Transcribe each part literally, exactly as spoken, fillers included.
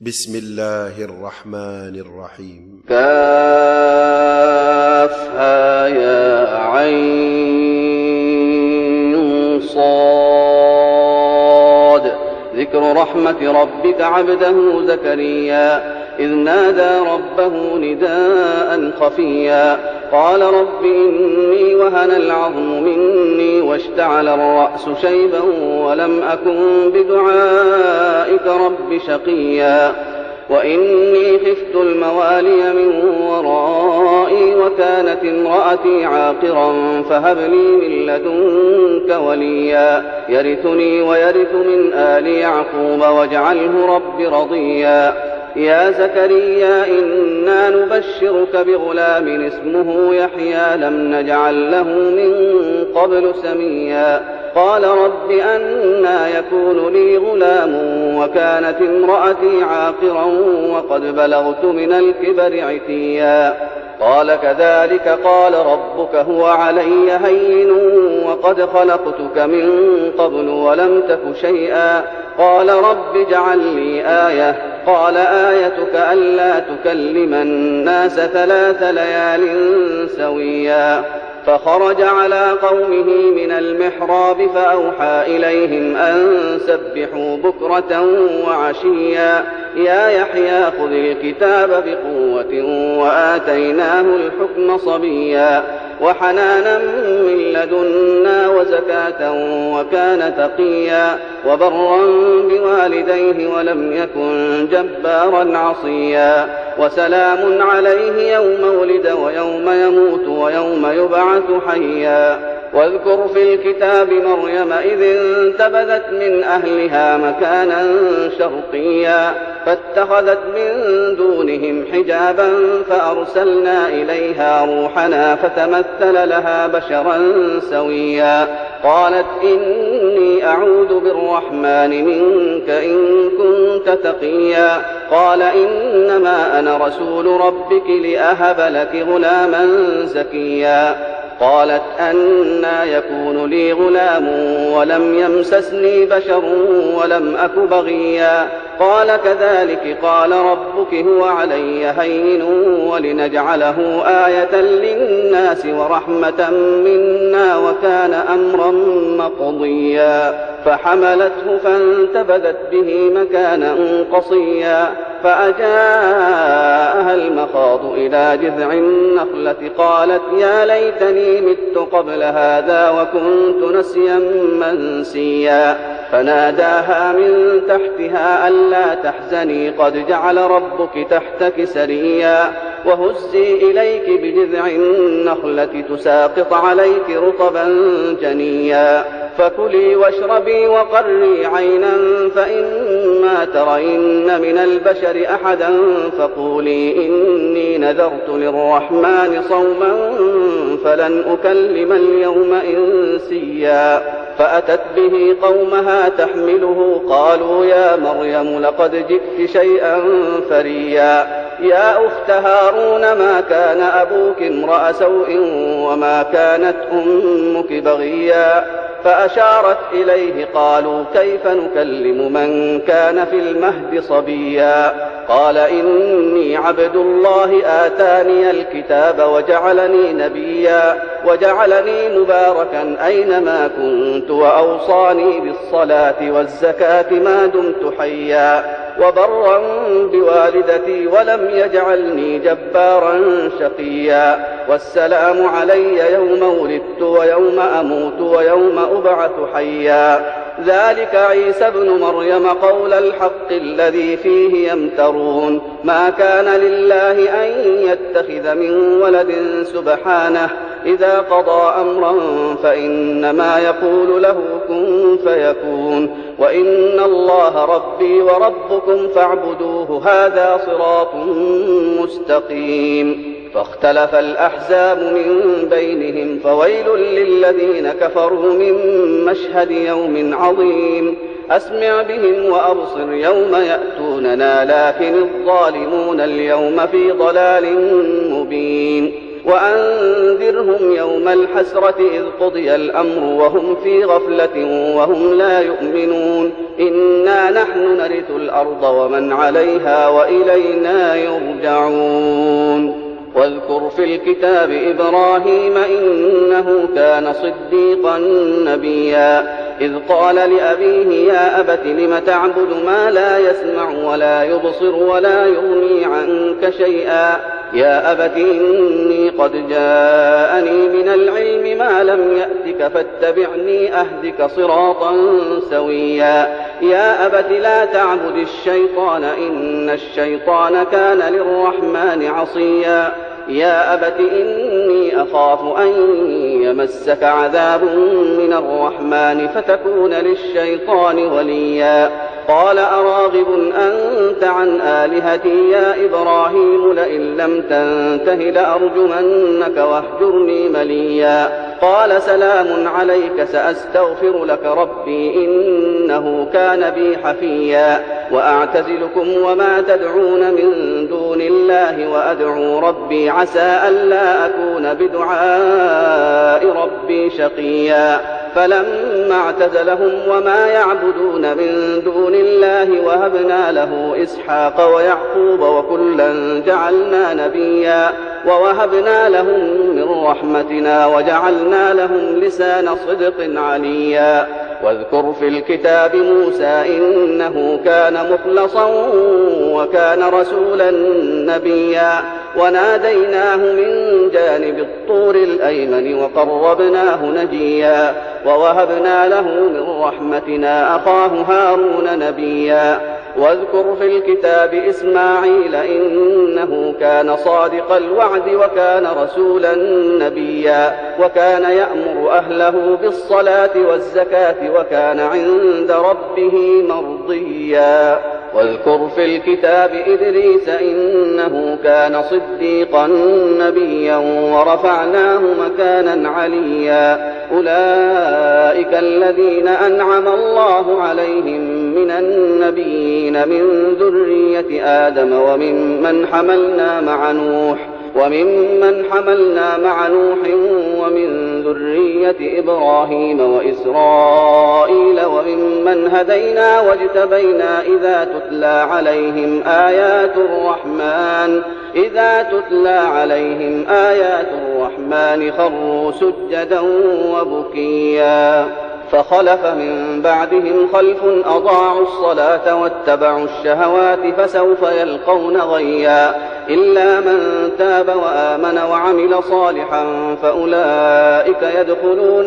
بسم الله الرحمن الرحيم. كافها يا عين صاد. ذكر رحمة ربك عبده زكريا إذ نادى ربه نداء خفيا قال رب إني وهن العظم مني واشتعل الرأس شيبا ولم أكن بدعائك رب شقيا وإني خفت الموالي من ورائي وكانت امرأتي عاقرا فهب لي من لدنك وليا يرثني ويرث من آل يعقوب واجعله رب رضيا يا زكريا إنا نبشرك بغلام اسمه يحيى لم نجعل له من قبل سميا قال رب أنى يكون لي غلام وكانت امرأتي عاقرا وقد بلغت من الكبر عتيا قال كذلك قال ربك هو علي هين وقد خلقتك من قبل ولم تك شيئا قال رب اجعل لي آية قال آيتك ألا تكلم الناس ثلاث ليال سويا فخرج على قومه من المحراب فأوحى إليهم أن سبحوا بكرة وعشيا يا يحيى خذ الكتاب بقوة وآتيناه الحكم صبيا وحنانا من لدنا وزكاة وكان تقيا وبرا بوالديه ولم يكن جبارا عصيا وسلام عليه يوم ولد ويوم يموت ويوم يبعث حيا واذكر في الكتاب مريم إذ انتبذت من أهلها مكانا شرقيا فاتخذت من دونهم حجابا فأرسلنا إليها روحنا فتمثل لها بشرا سويا قالت إني أعوذ بالرحمن منك إن كنت تقيا قال إنما أنا رسول ربك لأهب لك غلاما زكيا قالت أنى يكون لي غلام ولم يمسسني بشر ولم أك بغيا قال كذلك قال ربك هو علي هين ولنجعله آية للناس ورحمة منا وكان أمرا مقضيا فحملته فانتبذت به مكانا قصيا فأجاءها المخاض إلى جذع النخلة قالت يا ليتني مت قبل هذا وكنت نسيا منسيا فناداها من تحتها ألا تحزني قد جعل ربك تحتك سريا وهزي إليك بجذع النخلة تساقط عليك رطبا جنيا فكلي واشربي وقري عينا فإما ترين من البشر أحدا فقولي إني نذرت للرحمن صوما فلن أكلم اليوم إنسيا فأتت به قومها تحمله قالوا يا مريم لقد جئت شيئا فريا يا أخت هارون ما كان أبوك امرأ سوء وما كانت أمك بغيا فأشارت إليه قالوا كيف نكلم من كان في المهد صبيا قال إني عبد الله آتاني الكتاب وجعلني نبيا وجعلني مباركا أينما كنت وأوصاني بالصلاة والزكاة ما دمت حيا وبرا بوالدتي ولم يجعلني جبارا شقيا والسلام علي يوم ولدت ويوم أموت ويوم أبعث حيا ذلك عيسى ابن مريم قول الحق الذي فيه يمترون ما كان لله أن يتخذ من ولد سبحانه إذا قضى أمرا فإنما يقول له كن فيكون وإن الله ربي وربكم فاعبدوه هذا صراط مستقيم فاختلف الأحزاب من بينهم فويل للذين كفروا من مشهد يوم عظيم أسمع بهم وأبصر يوم يأتوننا لكن الظالمون اليوم في ضلال مبين وأنذرهم يوم الحسرة إذ قضي الأمر وهم في غفلة وهم لا يؤمنون إنا نحن نرث الأرض ومن عليها وإلينا يرجعون واذكر في الكتاب إبراهيم إنه كان صديقا نبيا إذ قال لأبيه يا أبت لم تعبد ما لا يسمع ولا يبصر ولا يغني عنك شيئا يا أبت إني قد جاءني من العلم ما لم يأتك فاتبعني أهدك صراطا سويا يا أبت لا تعبد الشيطان إن الشيطان كان للرحمن عصيا يا أبت إني أخاف أن يمسك عذاب من الرحمن فتكون للشيطان وليا قال أراغب أنت عن آلهتي يا إبراهيم لئن لم تنته لأرجمنك واهجرني مليا قال سلام عليك سأستغفر لك ربي إنه كان بي حفيا وأعتزلكم وما تدعون من دون الله وأدعو ربي عسى ألا أكون بدعاء ربي شقيا فلما اعتزلهم وما يعبدون من دون الله وهبنا له إسحاق ويعقوب وكلا جعلنا نبيا ووهبنا لهم من رحمتنا وجعلنا لهم لسان صدق عليا واذكر في الكتاب موسى إنه كان مخلصا وكان رسولا نبيا وناديناه من جانب الطور الأيمن وقربناه نجيا ووهبنا له من رحمتنا أخاه هارون نبيا واذكر في الكتاب إسماعيل إنه كان صادق الوعد وكان رسولا نبيا وكان يأمر أهله بالصلاة والزكاة وكان عند ربه مرضيا واذكر في الكتاب إدريس إنه كان صديقا نبيا ورفعناه مكانا عليا أولئك الذين أنعم الله عليهم من النبيين من ذرية آدم وممن حملنا مع نوح وممن حملنا مع نوح ومن ذرية إبراهيم وإسرائيل وممن هدينا واجتبينا إذا تتلى عليهم آيات الرحمن إذا تتلى عليهم آيات الرحمن خروا سجدا وبكيا فخلف من بعدهم خلف أضاعوا الصلاة واتبعوا الشهوات فسوف يلقون غيا إلا من تاب وآمن وعمل صالحا فأولئك يدخلون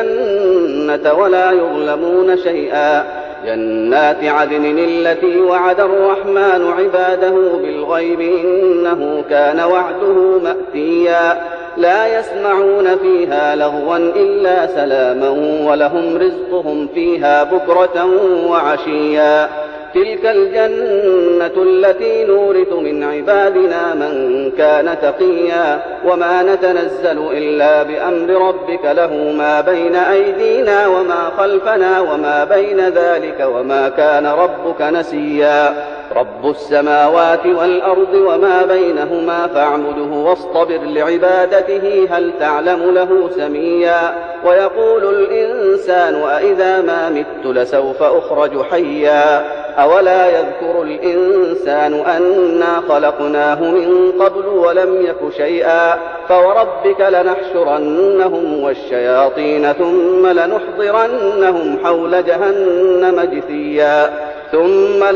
الجنة ولا يظلمون شيئا جنات عدن التي وعد الرحمن عباده بالغيب إنه كان وعده مأتيا لا يسمعون فيها لغوا إلا سلاما ولهم رزقهم فيها بكرة وعشيا تلك الجنة التي نورث من عبادنا من كان تقيا وما نتنزل إلا بأمر ربك له ما بين أيدينا وما خلفنا وما بين ذلك وما كان ربك نسيا رب السماوات والأرض وما بينهما فاعبده واصطبر لعبادته هل تعلم له سميا ويقول الإنسان أإذا ما مت لسوف أخرج حيا أولا يذكر الإنسان أنا خلقناه من قبل ولم يك شيئا فوربك لنحشرنهم والشياطين ثم لنحضرنهم حول جهنم جثيا ثم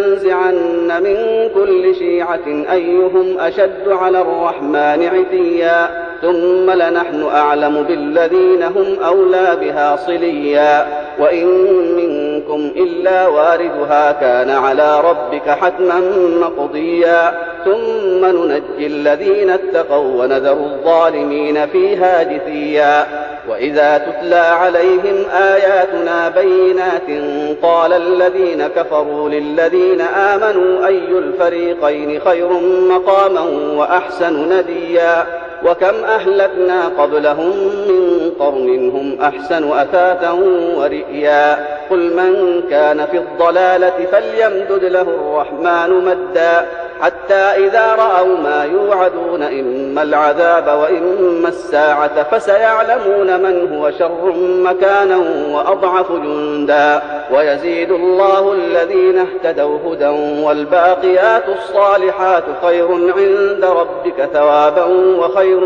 لننزعن من كل شيعة أيهم أشد على الرحمن عتيا ثم لنحن أعلم بالذين هم أولى بها صليا وإن منكم إلا واردها كان على ربك حتما مقضيا ثم ننجي الذين اتقوا ونذر الظالمين فيها جثيا وإذا تتلى عليهم آياتنا بينات قال الذين كفروا للذين آمنوا أي الفريقين خير مقاما وأحسن نديا وكم أهلكنا قبلهم من قرن هم أحسن أثاثا ورئيا قل من كان في الضلالة فليمدد له الرحمن مدا حتى إذا رأوا ما يوعدون إما العذاب وإما الساعة فسيعلمون من هو شر مكانا وأضعف جندا ويزيد الله الذين اهتدوا هدى والباقيات الصالحات خير عند ربك ثوابا وخير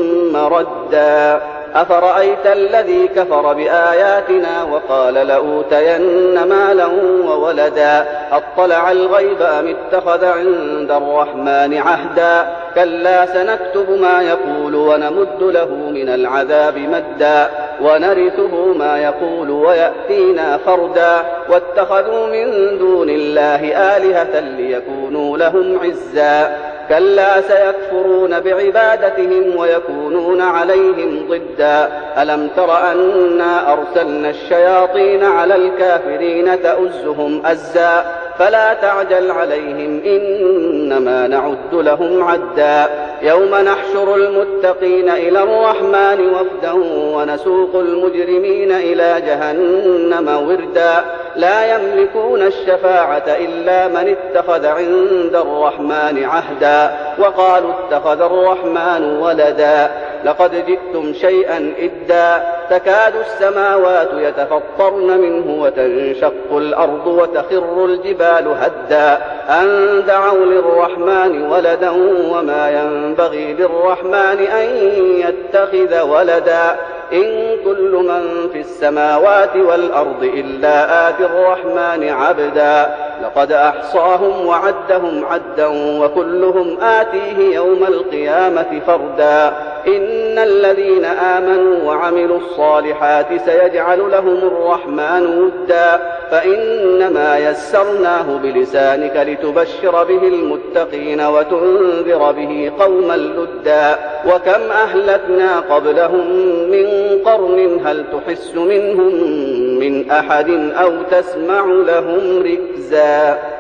مردا أفرأيت الذي كفر بآياتنا وقال لأوتين مالا وولدا أطلع الغيب أم اتخذ عند الرحمن عهدا كلا سنكتب ما يقول ونمد له من العذاب مدا ونرثه ما يقول ويأتينا فردا واتخذوا من دون الله آلهة ليكونوا لهم عزا كلا سيكفرون بعبادتهم ويكونون عليهم ضدا ألم تر أنا أرسلنا الشياطين على الكافرين تؤزهم أزا فلا تعجل عليهم إنما نعد لهم عدا يوم نحشر المتقين إلى الرحمن وفدا ونسوق المجرمين إلى جهنم وردا لا يملكون الشفاعة إلا من اتخذ عند الرحمن عهدا وقالوا اتخذ الرحمن ولدا لقد جئتم شيئا إدا تكاد السماوات يتفطرن منه وتنشق الأرض وتخر الجبال هدا أن دعوا للرحمن ولدا وما ينبغي للرحمن أن يتخذ ولدا إن كل من في السماوات والأرض إلا آتي الرحمن عبدا لقد أحصاهم وعدهم عدا وكلهم آتيه يوم القيامة فردا إن الذين آمنوا وعملوا الصالحات سيجعل لهم الرحمن ودا فإنما يسرناه بلسانك لتبشر به المتقين وتنذر به قوما لدا وكم أهلكنا قبلهم من قرن هل تحس منهم من أحد أو تسمع لهم ركزا.